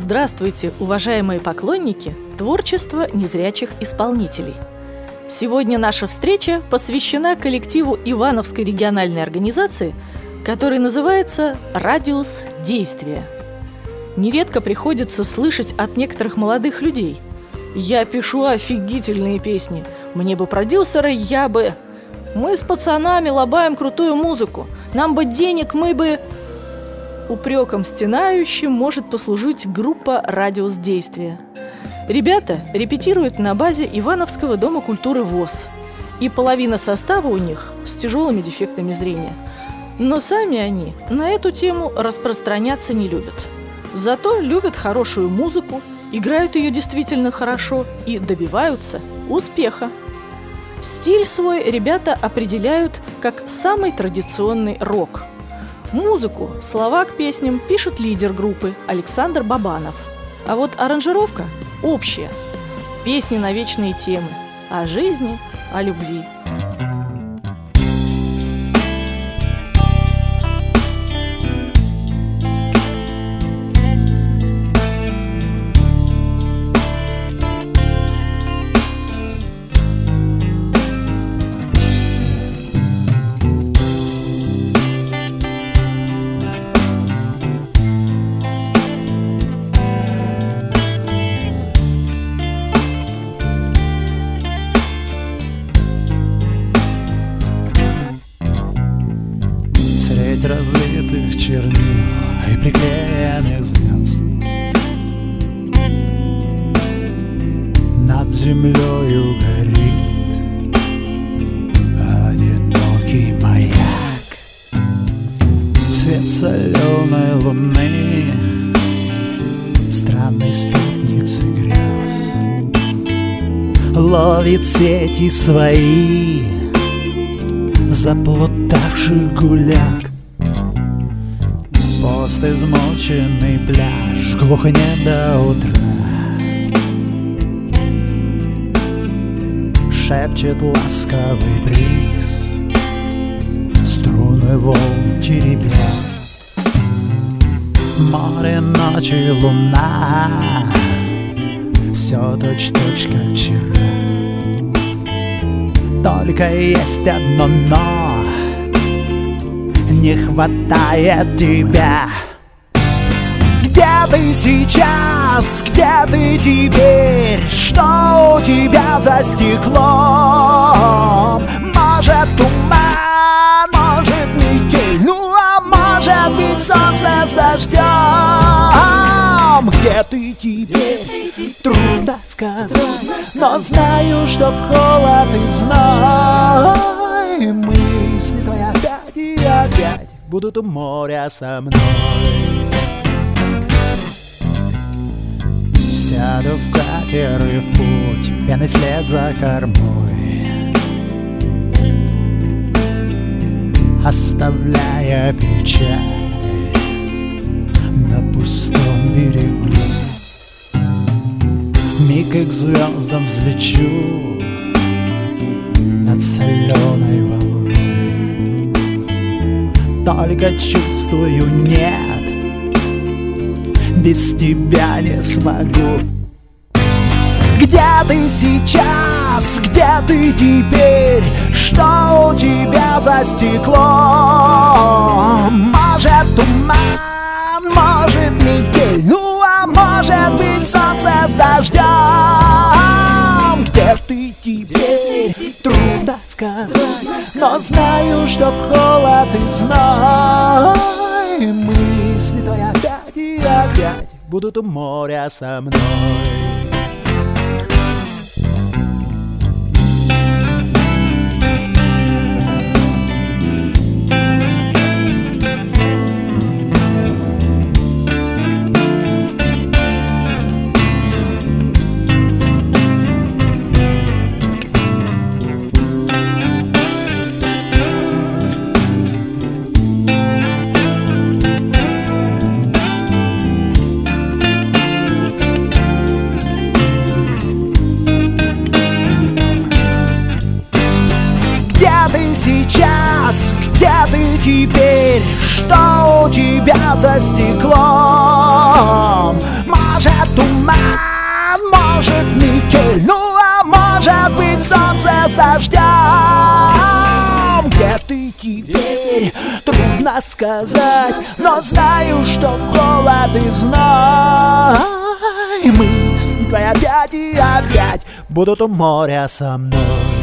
Здравствуйте, уважаемые поклонники творчества незрячих исполнителей! Сегодня наша встреча посвящена коллективу Ивановской региональной организации, который называется «Радиус действия». Нередко приходится слышать от некоторых молодых людей: «Я пишу офигительные песни, мне бы продюсера, я бы... Мы с пацанами лобаем крутую музыку, нам бы денег, мы бы...» Упреком стенающим может послужить группа «Радиус действия». Ребята репетируют на базе Ивановского дома культуры ВОС, и половина состава у них с тяжелыми дефектами зрения. Но сами они на эту тему распространяться не любят. Зато любят хорошую музыку, играют ее действительно хорошо и добиваются успеха. Стиль свой ребята определяют как самый традиционный рок. Музыку, слова к песням пишет лидер группы Александр Бабанов. А вот аранжировка общая. Песни на вечные темы о жизни, о любви. Разлитых чернил и приклеенных звезд над землею горит одинокий маяк. Свет соленой луны, странной спутницы грез, ловит сети свои заплутавших гуляк. Пост измученный пляж глухнет до утра, шепчет ласковый бриз, струны волн теребя. Море, ночи, луна, все точь-точь как вчера. Только есть одно но: не хватает тебя. Где ты сейчас? Где ты теперь? Что у тебя за стеклом? Может, туман, может, метель, ну а может быть, солнце с дождем. Где ты теперь? Трудно сказать, но знаю, что в холод и зной мысли твои опять и опять будут у моря со мной. Сяду в катер и в путь, пенный след за кормой, оставляя печаль на пустом берегу. Миг и к звездам взлечу над соленой волной. Только чувствую, нет, без тебя не смогу. Где ты сейчас? Где ты теперь? Что у тебя за стеклом? Может, туман, может, метель, ну а может быть, солнце с дождем. Где ты теперь? Трудно сказать, но знаю, что в холод и зной мысли твои опять и опять будут у моря со мной. Сейчас, где ты теперь? Что у тебя за стеклом? Может, сменит солнце с дождем. Где ты теперь? Трудно сказать, но знаю, что в холод и зной мысли твои опять и опять будут у моря со мной.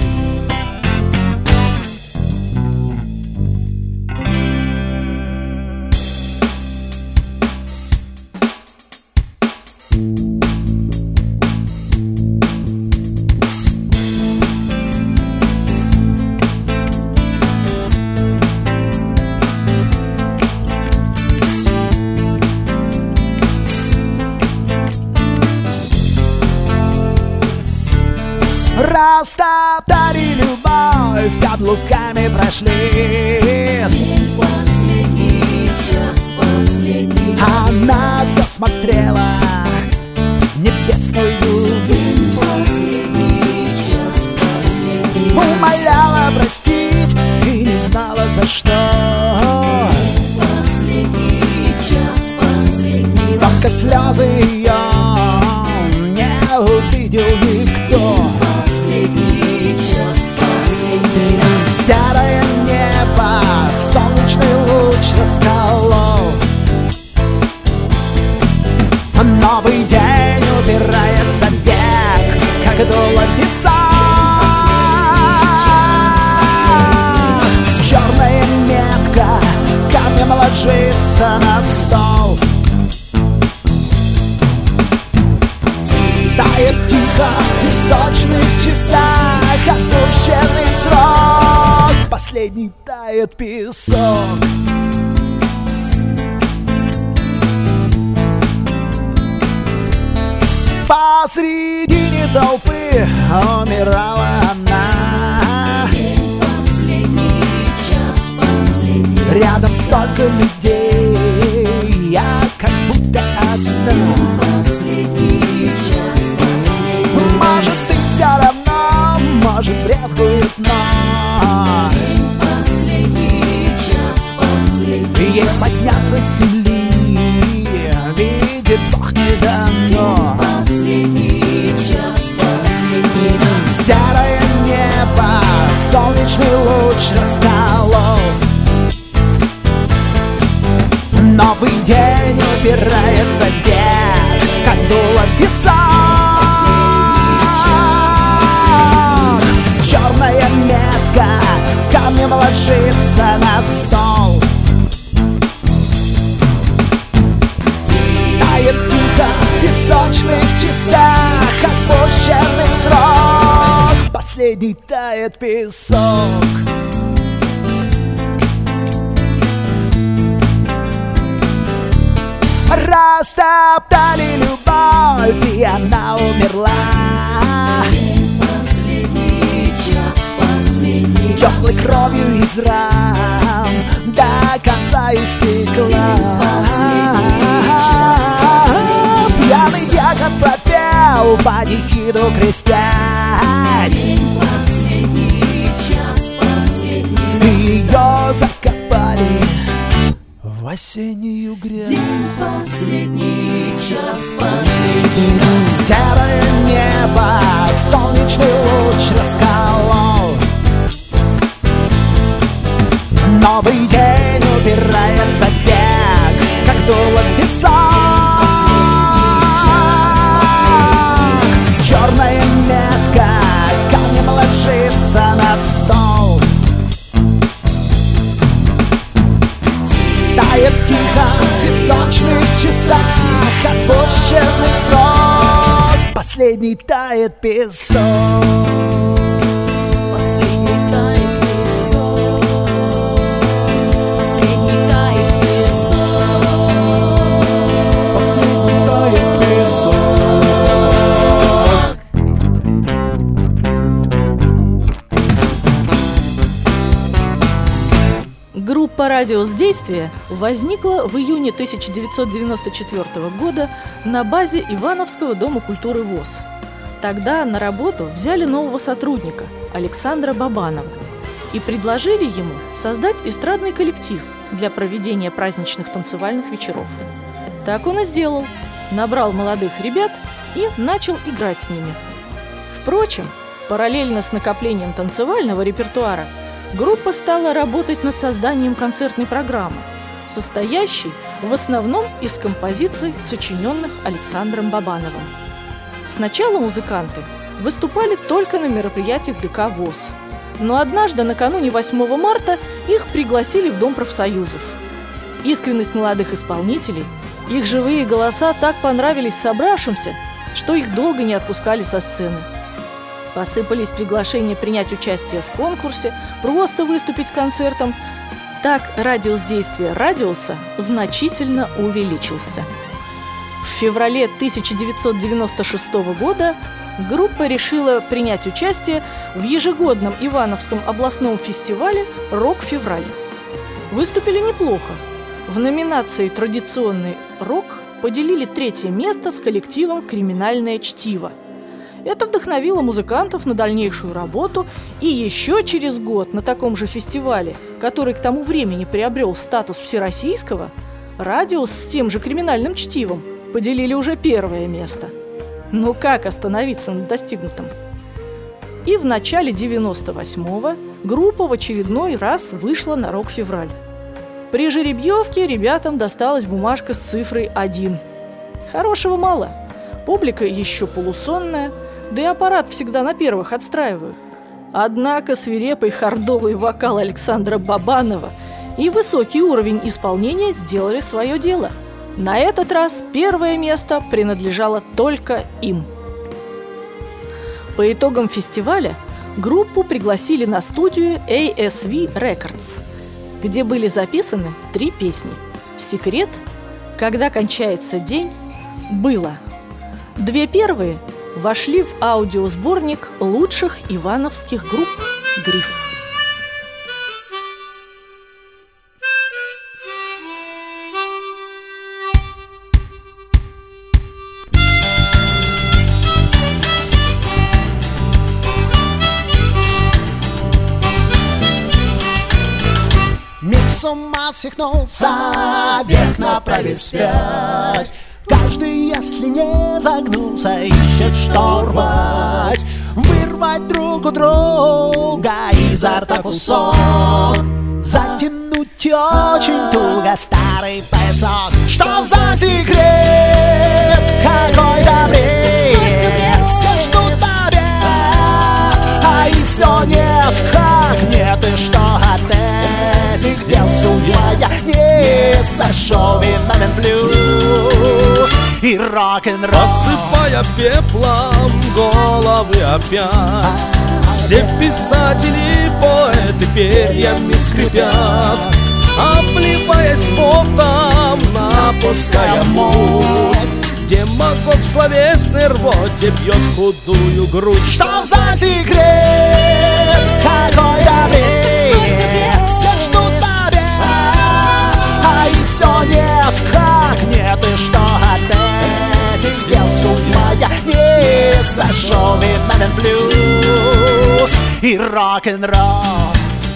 Растоптали любовь, каблуками прошлись. Последний час, последний раз. Она засмотрела небесную ввысь. Последний час, последний раз. Умоляла простить и не знала за что. Последний час, последний раз. Только слезы ее не увидел никто. Последний час, последний раз. Серое небо солнечный луч расколол. Новый день убирается век, как дуло песок. Черная метка камнем ложится на стол. Тает тихо в песочных часах отпущенный срок. Последний тает песок. Посредине толпы умирала она. Последний час, последний раз. Рядом столько людей, я как будто одна. Последний час, последний раз. Может, ты все равно, может, брезгует, но Последний час, последний ей подняться с земли, видит Бог, не дано. Последний час, последний раз. Серое небо солнечный луч расколол. Новый день упирается в век, как дуло песок. Черная метка камнем ложится на стол. Тает тихо в песочных часах отпущенный срок. Последний тает песок. Растоптали любовь, и она умерла. Последний час, последний раз. Теплой кровью из ран до конца истекла. Пьяный якорь пропел, панихиду крестясь. Последний час, последний. Ее закопали в осеннюю грязь. Последний час, последний раз. Серое небо солнечный луч расколол. Новый день убирается в век, как дуло песок. Черная метка камнем ложится на стол. Тает тихо в песочных часах отпущенный срок. Последний тает песок. Последний тает песок. Последний тает песок. Последний тает песок. Группа «Радиус действия» возникла в июне 1994 года на базе Ивановского дома культуры ВОС. Тогда на работу взяли нового сотрудника Александра Бабанова и предложили ему создать эстрадный коллектив для проведения праздничных танцевальных вечеров. Так он и сделал. Набрал молодых ребят и начал играть с ними. Впрочем, Параллельно с накоплением танцевального репертуара группа стала работать над созданием концертной программы, состоящей в основном из композиций, сочиненных Александром Бабановым. Сначала музыканты выступали только на мероприятиях ДК ВОС, но однажды, накануне 8 марта, их пригласили в Дом профсоюзов. Искренность молодых исполнителей, их живые голоса так понравились собравшимся, что их долго не отпускали со сцены. Посыпались приглашения принять участие в конкурсе, просто выступить с концертом. Так радиус действия радиуса значительно увеличился. В феврале 1996 года группа решила принять участие в ежегодном Ивановском областном фестивале «Рок-февраль». Выступили неплохо. В номинации «Традиционный рок» поделили 3-е место с коллективом «Криминальное чтиво». Это вдохновило музыкантов на дальнейшую работу, и еще через год на таком же фестивале, который к тому времени приобрел статус всероссийского, «Радиус» с тем же «Криминальным чтивом» поделили уже 1-е место. Но как остановиться на достигнутом? И в начале 98-го группа в очередной раз вышла на «Рок-февраль». При жеребьевке ребятам досталась бумажка с цифрой 1. Хорошего мало. Публика еще полусонная, да и аппарат всегда на первых отстраивают. Однако свирепый хардовый вокал Александра Бабанова и высокий уровень исполнения сделали свое дело. На этот раз 1-е место принадлежало только им. По итогам фестиваля группу пригласили на студию ASV Records, где были записаны 3 песни: «Секрет», «Когда кончается день», «Было». 2 первые вошли в аудиосборник лучших ивановских групп «Гриф». Миг с ума свихнулся, век направить вспять. Каждый, если не загнулся, ищет что рвать. Вырвать друг у друга изо рта кусок, затянуть очень туго старый поясок. Что за секрет? Какой-то бред. Все ждут побед, а их все нет. Как нет, и что от этих дел судьба? Я не сошел, виновен блюз и рок-н-ролл. Посыпая пеплом головы опять, все писатели, поэты перьями скрипят, обливаясь потом, напуская муть. Демагог в словесной рвоте бьет худую грудь. Что за секрет? Какой-то бред. Все ждут побед, а их все нет. Как нет, и что от этих дел судьба? Я не сошел, виновен блюз и рок-н-ролл.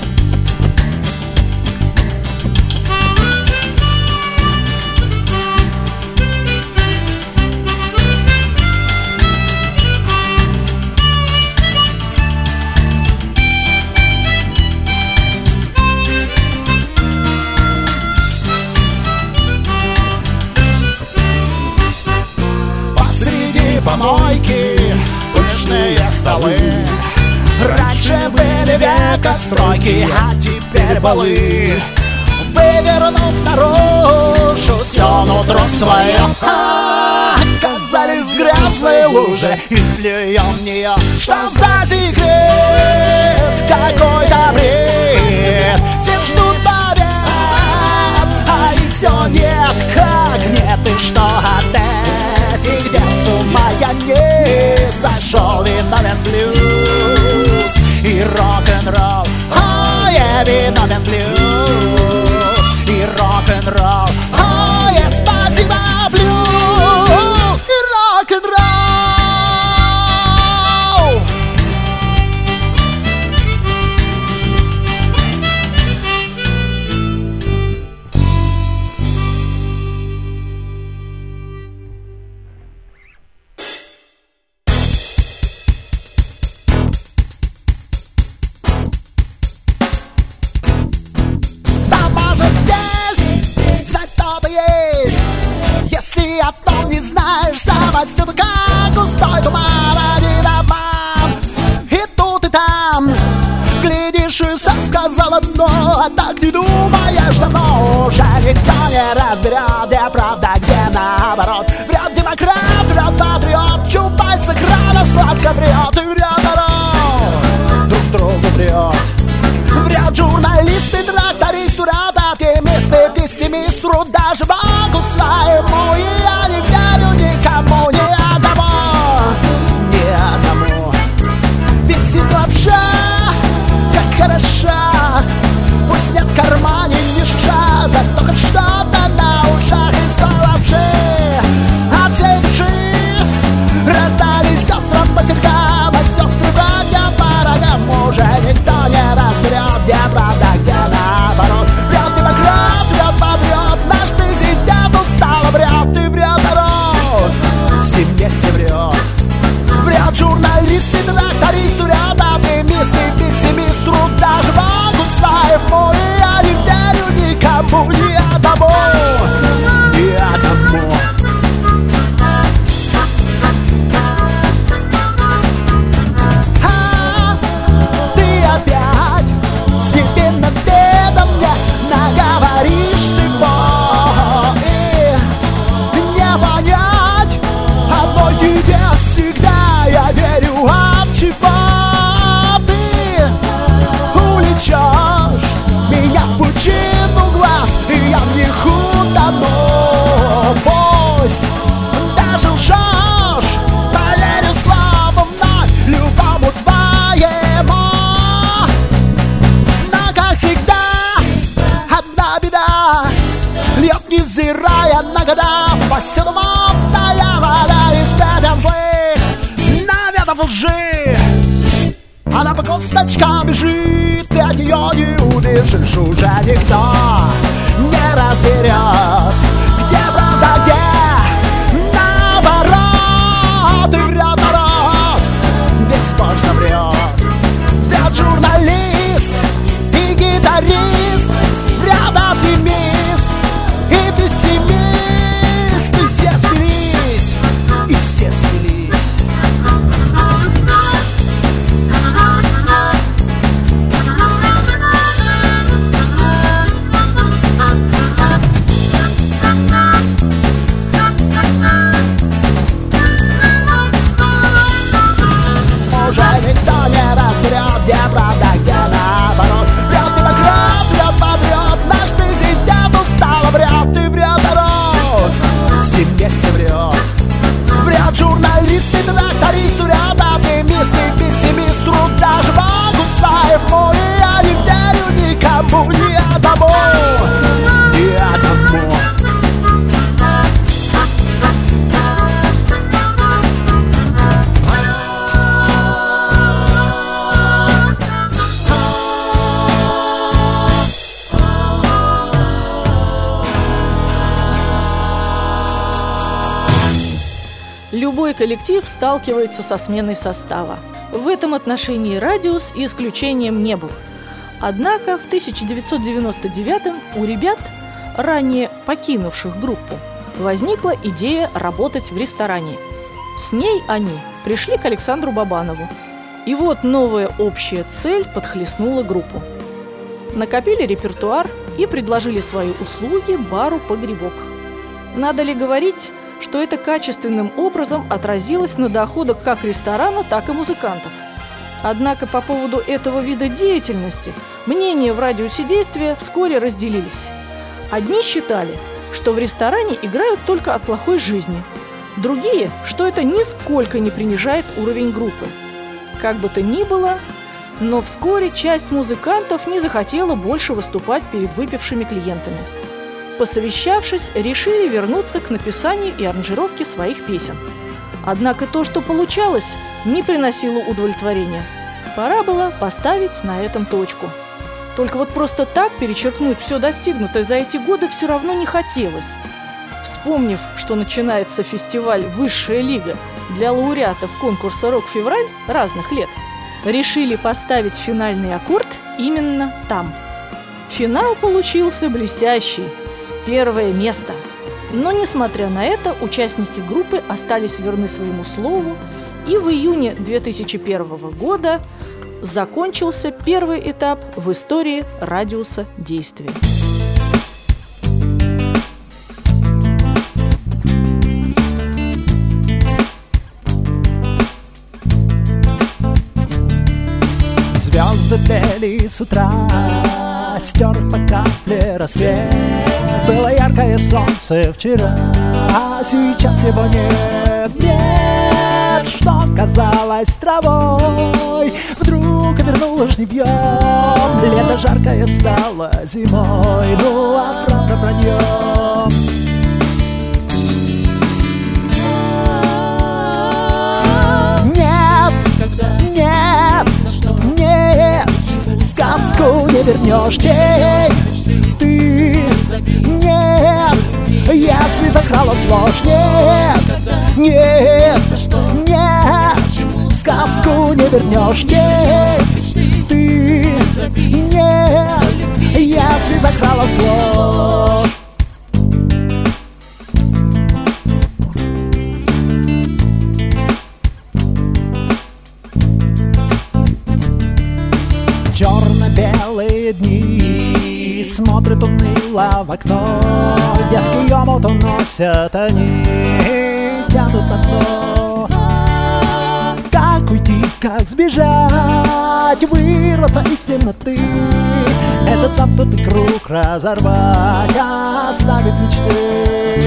Помойки, пышные столы. Раньше были векостройки, а теперь балы. Вывернув наружу все нутро свое, оказались грязные лужи, и плюем в нее. Что за секрет? Какой-то бред. Все ждут побед, а их все нет. Как нет, и что от этих дел с ума? Я не сошел, виновен блюз и рок-н-ролл. Виновен блюз и рок-н-ролл. Спасибо, блюз и рок-н-ролл. потом не знаешь, самостью как густой туман, один обман. И тут и там глядишь и сам сказал одно, а так не думаешь давно. Уже никто не разберет, где правда, где наоборот. Врет демократ, врет патриот, чупайся крана, сладко врет и врет народ, друг другу врет. Врет журналист и тракторист, врет оптимист и пессимист, даже Богу своему. И я не верю никому, ни одному, ни одному. Висит лапша, как хороша, пусть нет в кармане ни шага, зато хоть что-то на ушах из той лапши. От всей души раздались сестрам потеркам, от сестры братьям по рогам. Уже никто не разберет, где правда, где наоборот. Врет демократ, врет патриот, наш президент устало врет и врет народ, с ним вместе врет. Врет журналист и тракторист, врет оптимист и пессимист, даже Богу своему. И я не верю никому, ни одному, ни одному. Ты опять с невинным видом мне наговоришь всего, и не понять одной тебе всегда. Я верю, от чего ты улечешь меня в пучину глаз, и я в них утону. Пусть даже лжешь, поверю словом вновь любому твоему. Но, как всегда, одна беда, льет, невзирая на года, по силам мутная вода из пятен злых наветов лжи. Она по косточкам бежит, ты от нее не убежишь. Уже никто не разберет, где правда, где наоборот. И врет народ, бесконечно врет. Врет журналист и гитарист, врет оптимист и пессимист. И все спились, и все спились. Уже никто не разберет, где правда, где наоборот. Врет демократ, врет патриот, наш президент устало врет и врет народ, с ним вместе врет. Врет журналист и тракторист, врет оптимист и пессимист, даже Богу своему. И я не верю никому, ни одному, ни одному. Любой коллектив сталкивается со сменой состава. В этом отношении «Радиус» исключением не был. Однако в 1999-м у ребят, ранее покинувших группу, возникла идея работать в ресторане. С ней они пришли к Александру Бабанову. И вот новая общая цель подхлестнула группу. Накопили репертуар и предложили свои услуги бару «Погребок». Надо ли говорить, что это качественным образом отразилось на доходах как ресторана, так и музыкантов. Однако по поводу этого вида деятельности мнения в радиусе действия вскоре разделились. Одни считали, что в ресторане играют только от плохой жизни. Другие, что это нисколько не принижает уровень группы. Как бы то ни было, но вскоре часть музыкантов не захотела больше выступать перед выпившими клиентами. Посовещавшись, решили вернуться к написанию и аранжировке своих песен. Однако то, что получалось, не приносило удовлетворения. Пора было поставить на этом точку. Только вот просто так перечеркнуть все достигнутое за эти годы все равно не хотелось. Вспомнив, что начинается фестиваль «Высшая лига» для лауреатов конкурса «Рок-февраль» разных лет, решили поставить финальный аккорд именно там. Финал получился блестящий. Первое место. Но, несмотря на это, участники группы остались верны своему слову, и в июне 2001 года закончился первый этап в истории радиуса действия. Звезды пели с утра, стер по капле рассвет. Было яркое солнце вчера, а сейчас его нет, нет. Что казалось травой, вдруг вернулось жнивьем. Лето жаркое стало зимой, ну а правда враньем. Сказку не вернешь, день ты нет, если закралась ложь, нет, нет, нет, сказку не вернешь, день ты нет, если закралась ложь. Черно-белые дни смотрят уныло в окно, вязкий омут уносят они, тянут на дно. Как уйти, как сбежать, вырваться из темноты, этот замкнутый круг разорвать, оставить мечты.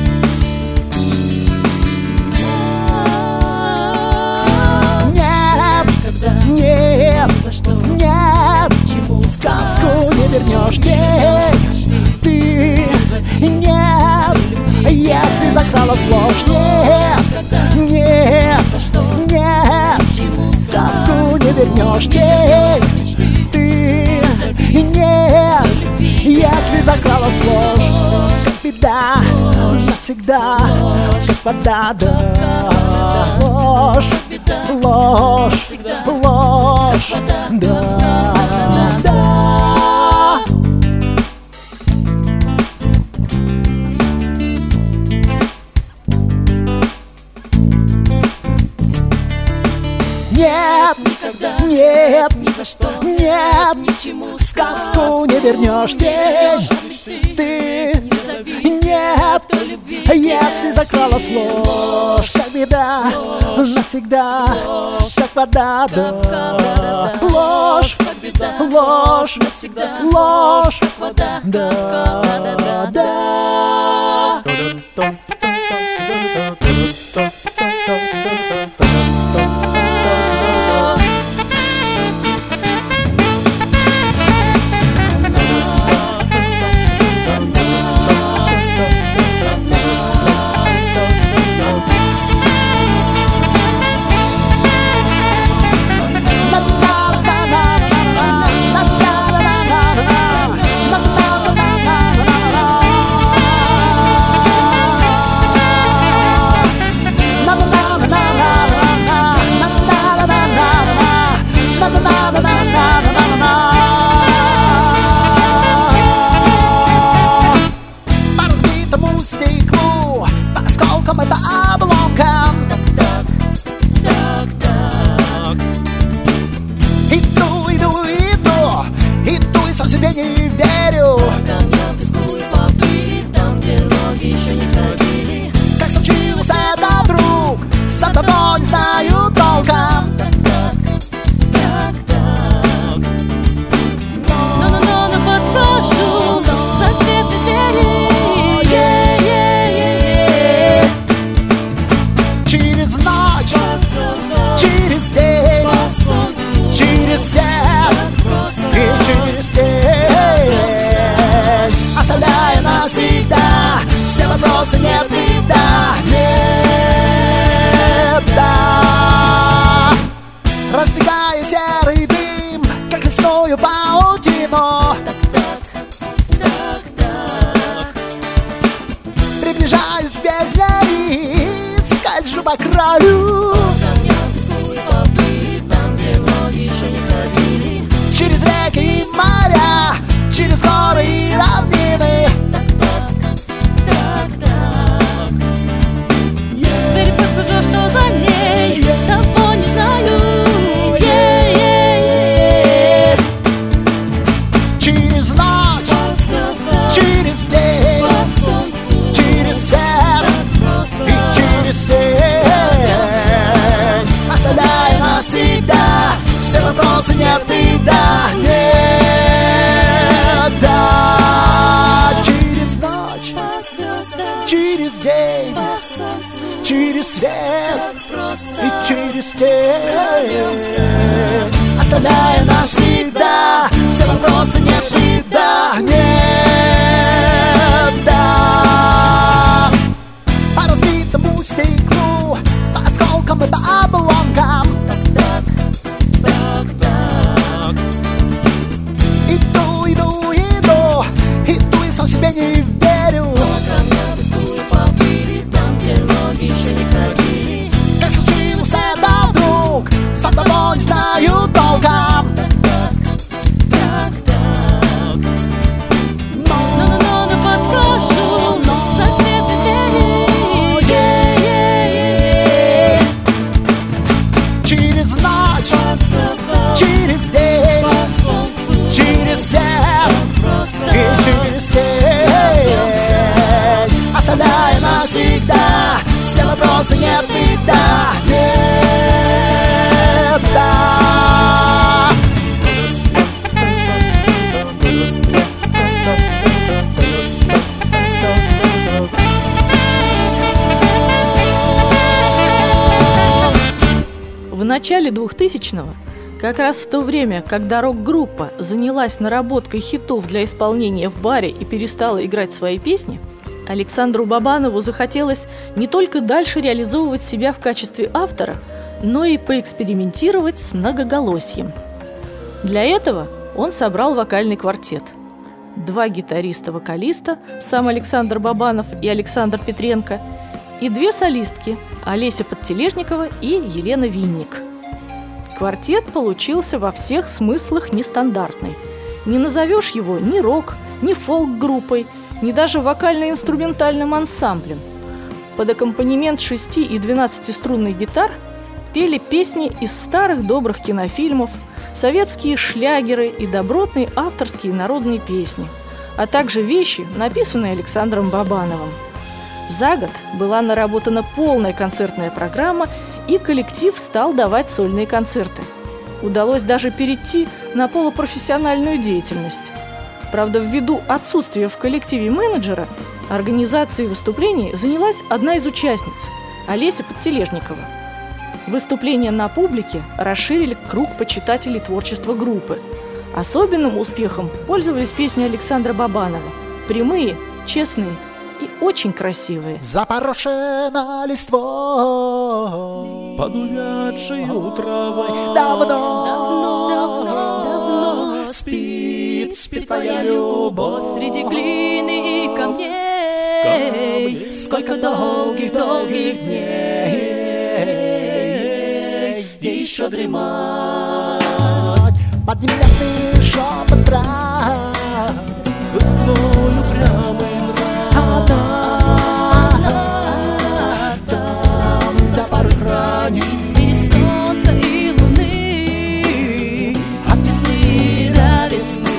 Нет, нет, сказку не вернешь, день ты нет, если закралась ложь, нет, нет, нет, сказку не вернешь, день ты нет, если закралась ложь. Как беда, навсегда, как вода, да, ложь, ложь, ложь, да, да. Нет, нет, ни за что, нет, ничему, сказку не вернешь, день ты нет, если закралась ложь. Как беда, навсегда, как вода, да, ложь, ложь, ложь, да, да. Это обломком. Иду и сам себе не верю. Как случилось это вдруг, сам того не знаю толком. Но подскажу, закрыты двери. Через ночь, через день, через свет и через тень, оставляя навсегда все вопросы нет и да, нет, да. Раздвигая серый дым, как лесную паутину, приближаюсь без лиц, скольжу по краю. Через реки и моря, через горы и равнины. через свет и через тень, оставляя навсегда все вопросы нет и да, нет, да. По разбитому стеклу, по осколкам и по обломкам, иду и сам себе не верю. Как случилось это вдруг, сам того не знаю толком. Но подхожу, закрыты двери. Через ночь, через день, через свет и через тень, оставляя навсегда все вопросы нет и да, нет, да. В начале 2000-го, как раз в то время, когда рок-группа занялась наработкой хитов для исполнения в баре и перестала играть свои песни, Александру Бабанову захотелось не только дальше реализовывать себя в качестве автора, но и поэкспериментировать с многоголосием. Для этого он собрал вокальный квартет. 2 гитариста-вокалиста, сам Александр Бабанов и Александр Петренко, и 2 солистки – Олеся Подтележникова и Елена Винник. Квартет получился во всех смыслах нестандартный. Не назовешь его ни рок, ни фолк-группой, ни даже вокально-инструментальным ансамблем. Под аккомпанемент 6 и 12-струнных гитар пели песни из старых добрых кинофильмов, советские шлягеры и добротные авторские народные песни, а также вещи, написанные Александром Бабановым. За год была наработана полная концертная программа, и коллектив стал давать сольные концерты. Удалось даже перейти на полупрофессиональную деятельность. Правда, ввиду отсутствия в коллективе менеджера, организацией выступлений занялась одна из участниц – Олеся Подтележникова. Выступления на публике расширили круг почитателей творчества группы. Особенным успехом пользовались песни Александра Бабанова. Прямые, честные и очень красивые. Запорошена листвой Под увядшею травой давно спит твоя любовь. Среди глины и камней, Сколько долгих дней еще дремать. Под невнятный шепот трав, с высокой упрямой там до поры хранит В мире солнца и луны, от весны до весны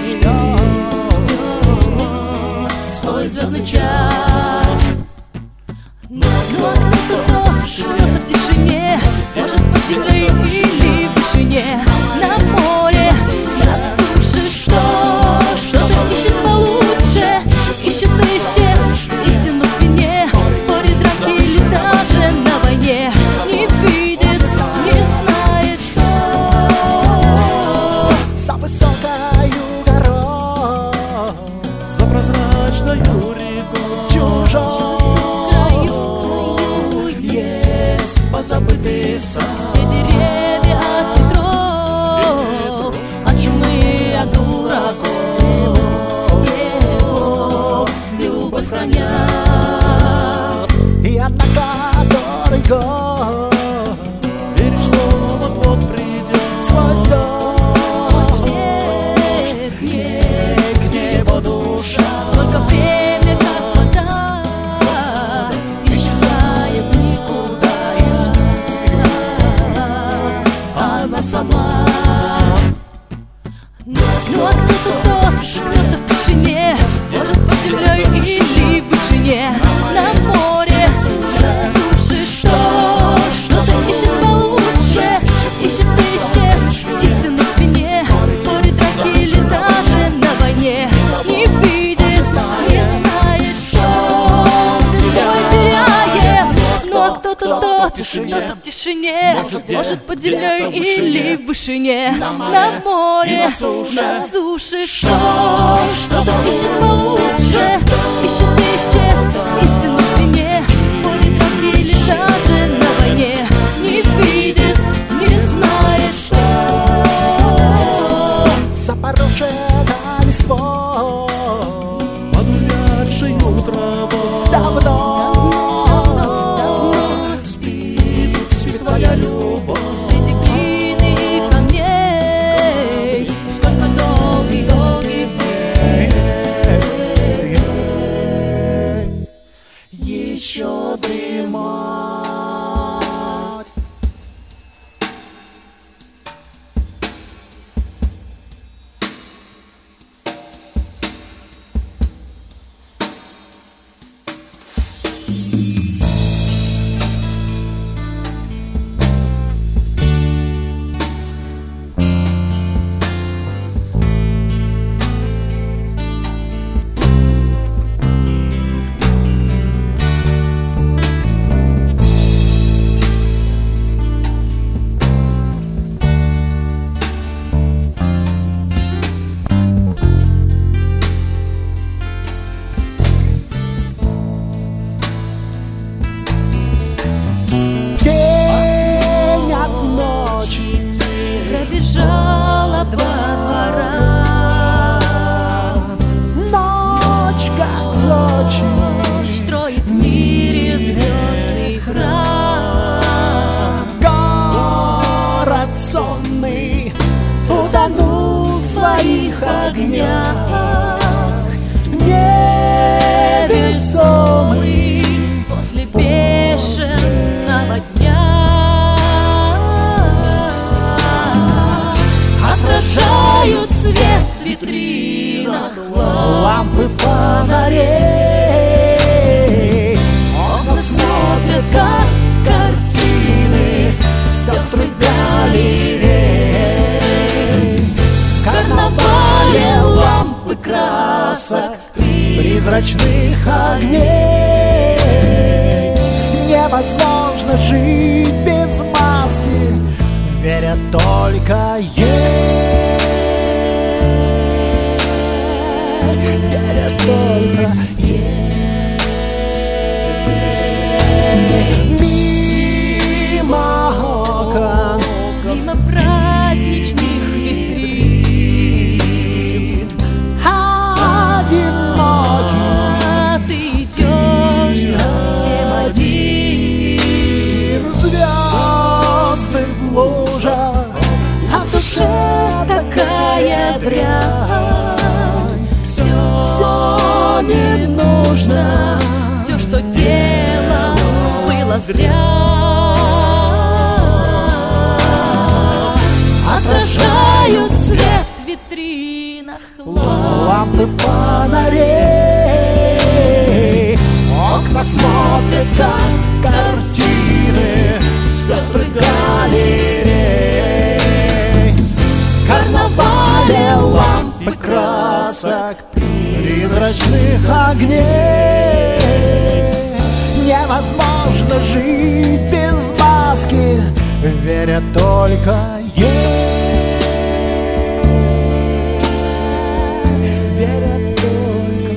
ждет свой звездный час. Но кто-то живет в тишине, может под землей или в вышине, на море, на суше, что-то ищет получше, ищет истину в вине, в споре, драке или даже на войне, не видит, не знает, что за высокою горой, за прозрачною рекой чужой краю есть позабытый сад. где деревья от ветров, от чумы, от дураков его любовь хранят. И на который год веришь, что вот-вот придет свой дождь, Снег, к небу душа только время, как вода, исчезает никуда, она сама. Ну а кто-то в тишине, может под землей или в вышине, на море, на суше, что кто-то в тишине, может под землей или в вышине, на море, на суше. Что-то ищет получше, ищет истину в вине, спорит или даже на войне, не видит, не знает, что Запорожье дали спор под увядшею травой. давно. Спит твоя любовь. среди глины и камней, сколько долгих дней. Еще дремать. День от ночи, Пробежала два двора, ночь как зочи, строит в мире звездный храм. город сонный утонул в своих огнях, невесомый После бешеного дня отражают свет в витринах лампы фонарей, окна смотрят, как картины с пестрых галерей. В карнавале лампы красок, призрачных огней. Невозможно жить без маски, веря только ей. Веря только ей. Мимо окон, мимо праздничных витрин, одинокий, а ты идешь совсем один. звезды в лужах, А в душе такая дрянь, все не нужно, все, что делал, было зря. Отражают свет в витринах лампы фонарей, окна смотрят, как картины с пестрых галерей. В карнавале лампы красок, призрачных огней. Невозможно жить без маски, веря только ей. Веря только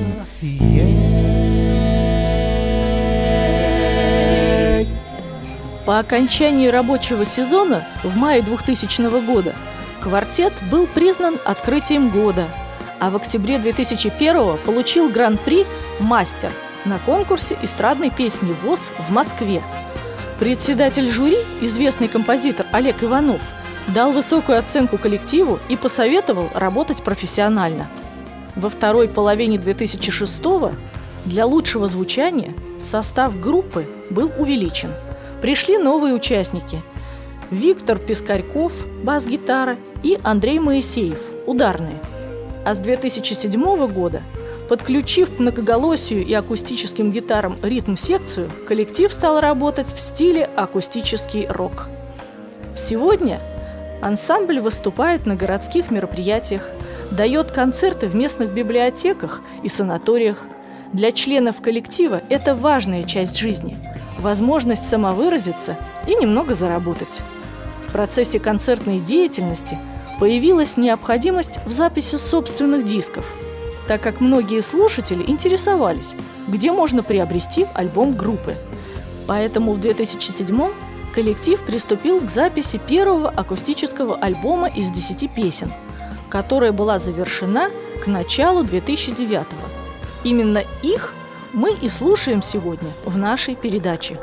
ей. По окончании рабочего сезона в мае 2000 года квартет был признан открытием года, а в октябре 2001 получил гран-при «Мастер» на конкурсе эстрадной песни ВОС в Москве. Председатель жюри, известный композитор Олег Иванов, дал высокую оценку коллективу и посоветовал работать профессионально. Во второй половине 2006-го для лучшего звучания состав группы был увеличен. Пришли новые участники – Виктор Пискарьков, бас-гитара, и Андрей Моисеев, ударные. А с 2007 года, подключив к многоголосию и акустическим гитарам ритм-секцию, коллектив стал работать в стиле акустический рок. Сегодня ансамбль выступает на городских мероприятиях, дает концерты в местных библиотеках и санаториях. Для членов коллектива это важная часть жизни. возможность самовыразиться и немного заработать. В процессе концертной деятельности появилась необходимость в записи собственных дисков, так как многие слушатели интересовались, где можно приобрести альбом группы. Поэтому в 2007-м коллектив приступил к записи первого акустического альбома из 10 песен, которая была завершена к началу 2009-го. Именно их мы и слушаем сегодня в нашей передаче.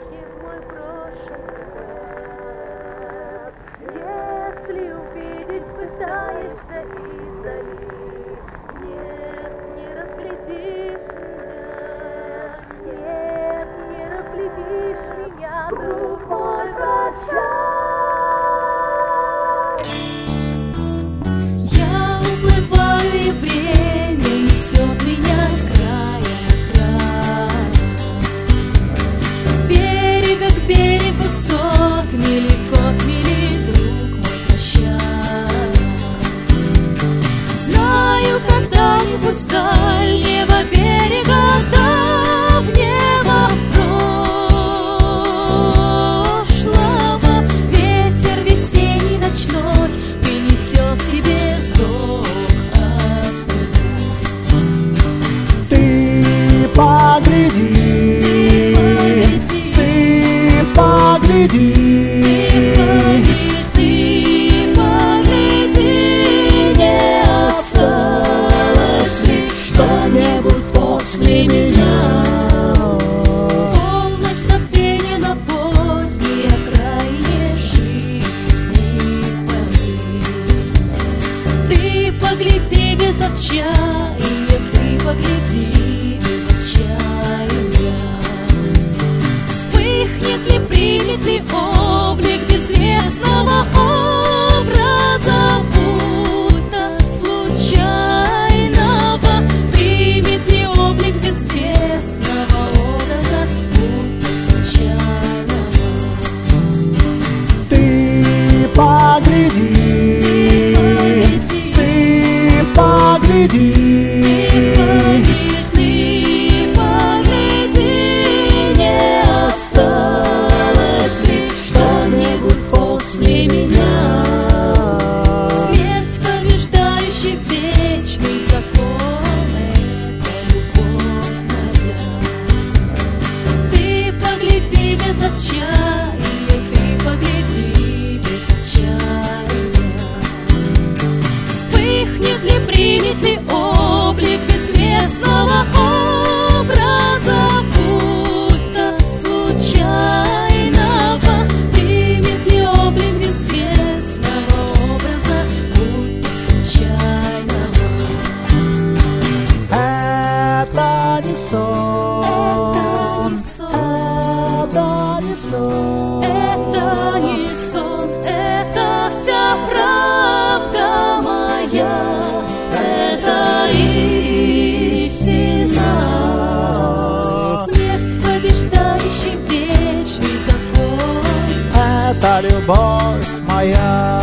Это любовь моя,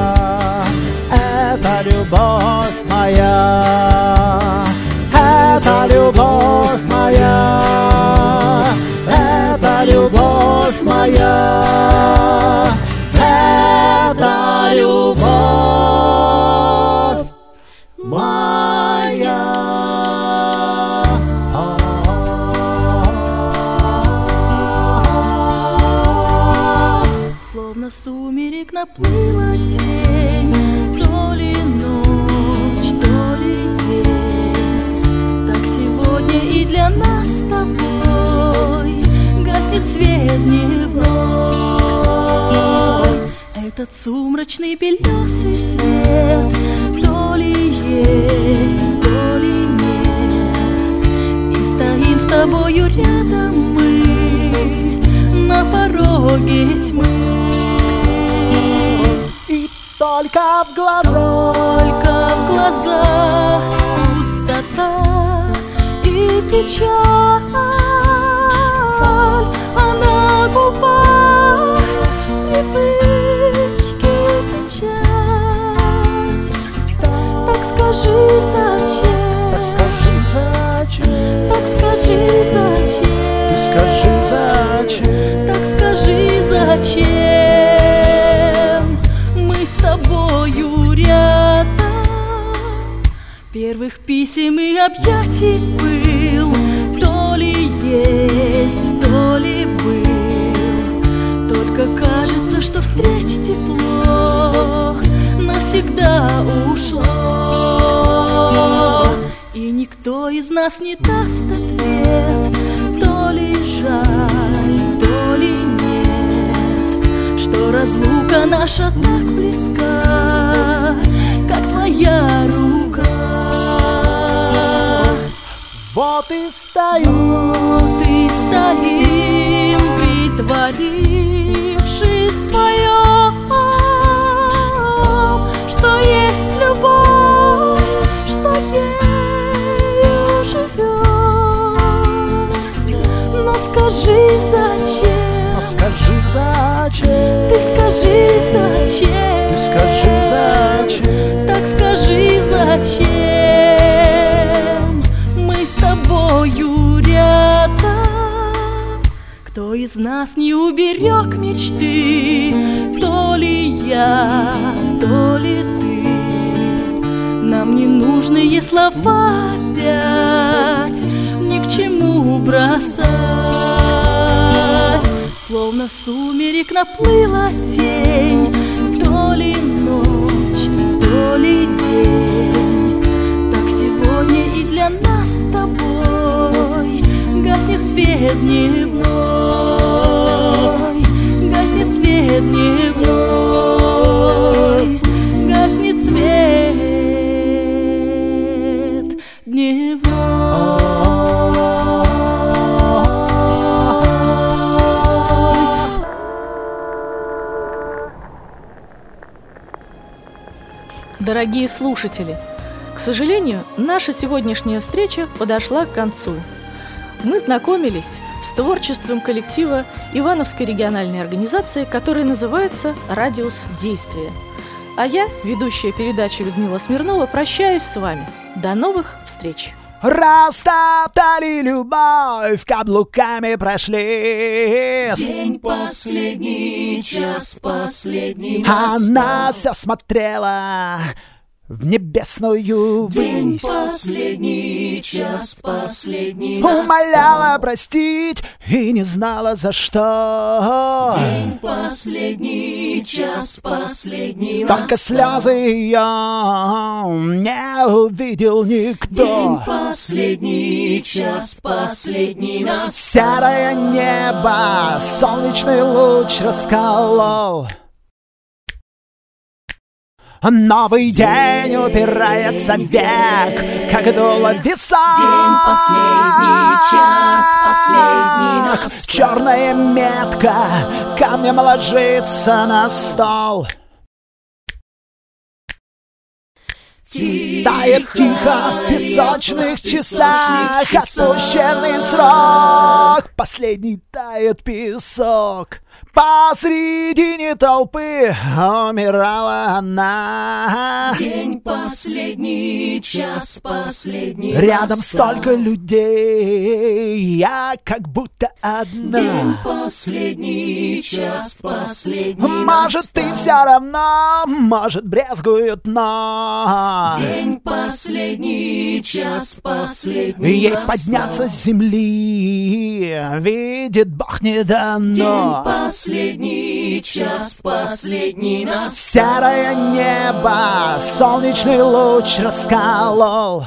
это любовь моя, это любовь моя, это любовь моя, это любовь моя. Словно сумерек наплыла тень, то ли ночь, то ли день. Так сегодня и для нас с тобой гаснет свет дневной. Этот сумрачный белесый свет, то ли есть, то ли нет. И стоим с тобою рядом мы на пороге тьмы. Только в глазах пустота и печаль, а на губах привычки печать. Так скажи зачем, так скажи зачем, так скажи зачем, и скажи зачем. зачем мы с тобою рядом? Первых писем и объятий был, то ли есть, то ли был. Только кажется, что встреч тепло навсегда ушло. И никто из нас не даст ответ, то ли жаль, то ли нет, что разлука наша так близка, как твоя рука. Вот и стою, стоим, притворившись вдвоем, что есть любовь, что ею живем. Но скажи, зачем? скажи зачем? Ты скажи, зачем? Ты скажи зачем? Так скажи, зачем мы с тобою рядом? Кто из нас не уберег мечты? То ли я, то ли ты. Нам не нужные слова опять ни к чему бросать. Словно в сумерек наплыла тень, то ли ночь, то ли день. Так сегодня и для нас с тобой гаснет свет дневной, гаснет свет дневной, гаснет свет дневной. Дорогие слушатели, к сожалению, наша сегодняшняя встреча подошла к концу. Мы знакомились с творчеством коллектива Ивановской региональной организации, которая называется «Радиус действия». А я, ведущая передачи Людмила Смирнова, прощаюсь с вами. До новых встреч! Растоптали любовь, каблуками прошли. День последний, час последний. Она все смотрела в небесную День высь. последний, час последний. Умоляла простить и не знала за что. День последний, час последний. Только слезы ее не увидел никто. День последний, час последний. Серое небо солнечный луч расколол. Новый день упирается в век, как дуло висок. День последний, час последний. Черная метка камнем ложится на стол. Тает тихо в песочных часах отпущенный срок. Последний тает песок. Посредине толпы умирала она. День последний, час последний. Рядом столько людей, я как будто одна. День последний, час последний. Может, ты все равно, может, брезгуют, но День последний, час последний. ей подняться с земли, видит Бог, не дано. День последний, час последний. Серое небо солнечный луч расколол.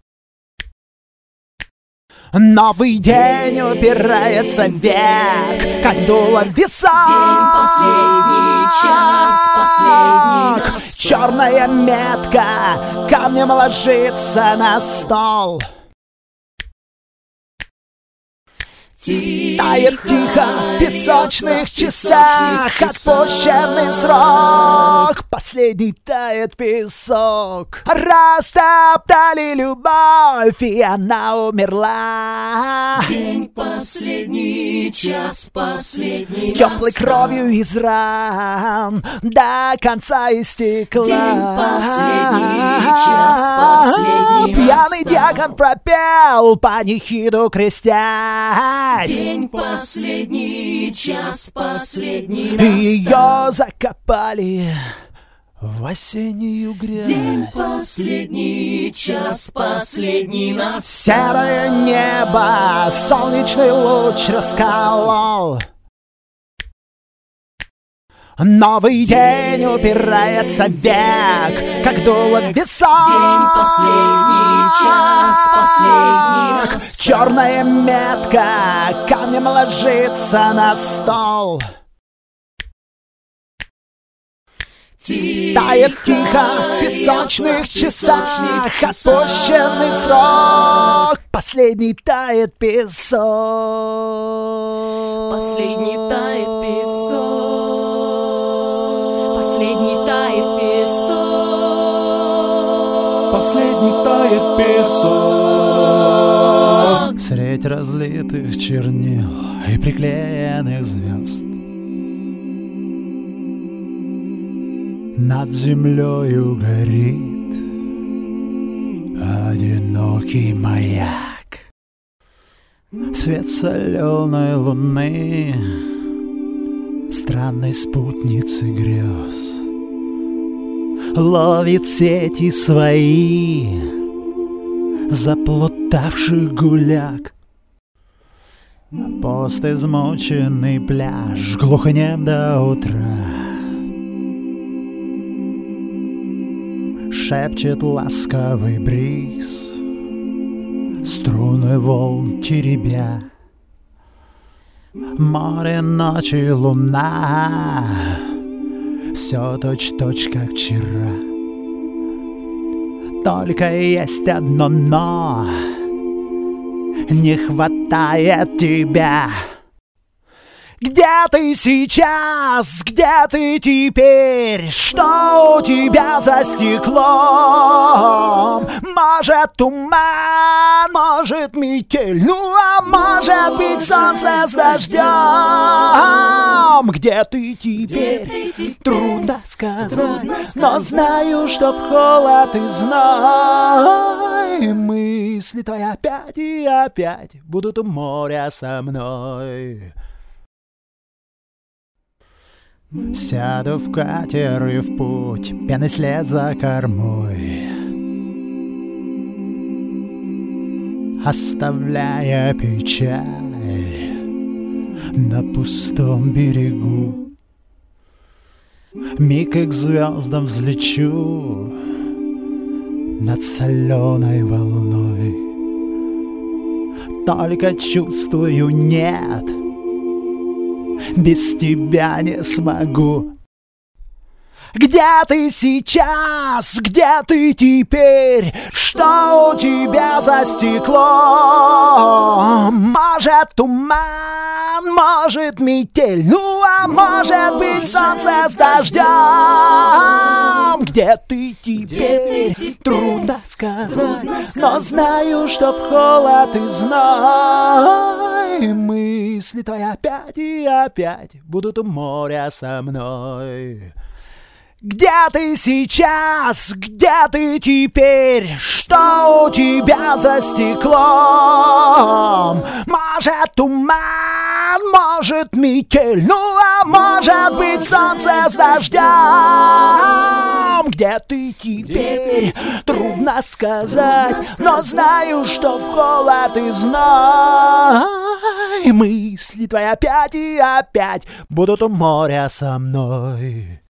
Новый день упирается в век, как дуло висок. День последний, час последний. Черная метка камнем ложится на стол. Тает тихо в песочных часах отпущенный срок. Последний тает песок. Растоптали любовь, и она умерла. День последний, час последний. Теплой кровью из ран до конца истекла. День последний, час последний. Пьяный дьякон пропел панихиду крестя. опять. День последний, час последний, И ее закопали в осеннюю грязь. день последний, час последний нас. Серое небо солнечный луч расколол. Новый день упирается в век, как дуло в висок. День последний, час последний нас. Черная метка камнем ложится на стол. Тает тихо в песочных часах отпущенный срок. Последний тает песок. Последний тает песок. Последний тает песок. Последний тает песок. Средь разлитых чернил и приклеенных звезд над землею горит одинокий маяк. Свет соленой луны, странной спутницы грез, ловит сети свои заплутавших гуляк. Пост измученный пляж глухнем до утра. Шепчет ласковый бриз, струны волн теребя. Море, ночи, луна, все точь-в-точь, как вчера. Только есть одно но, не хватает тебя. Где ты сейчас? Где ты теперь? Что у тебя за стеклом? Может, туман, может, метель, ну а может быть, солнце с дождем. Где ты теперь? Трудно сказать, но знаю, что в холод и зной мысли твои опять и опять будут у моря со мной. Сяду в катер и в путь, пенный след за кормой, оставляя печаль на пустом берегу. Миг и к звездам взлечу над соленой волной. Только чувствую, нет, без тебя не смогу. Где ты сейчас? Где ты теперь? Что у тебя за стеклом? Может, туман, может, метель, ну а может быть, солнце с дождем. Где ты теперь? Трудно сказать, но знаю, что в холод и зной мысли твои опять и опять будут у моря со мной. Где ты сейчас? Где ты теперь? Что у тебя за стеклом? Может, туман, может, метель, ну а может быть, солнце с дождем. Где ты теперь? Трудно сказать, но знаю, что в холод и зной мысли твои опять и опять будут у моря со мной.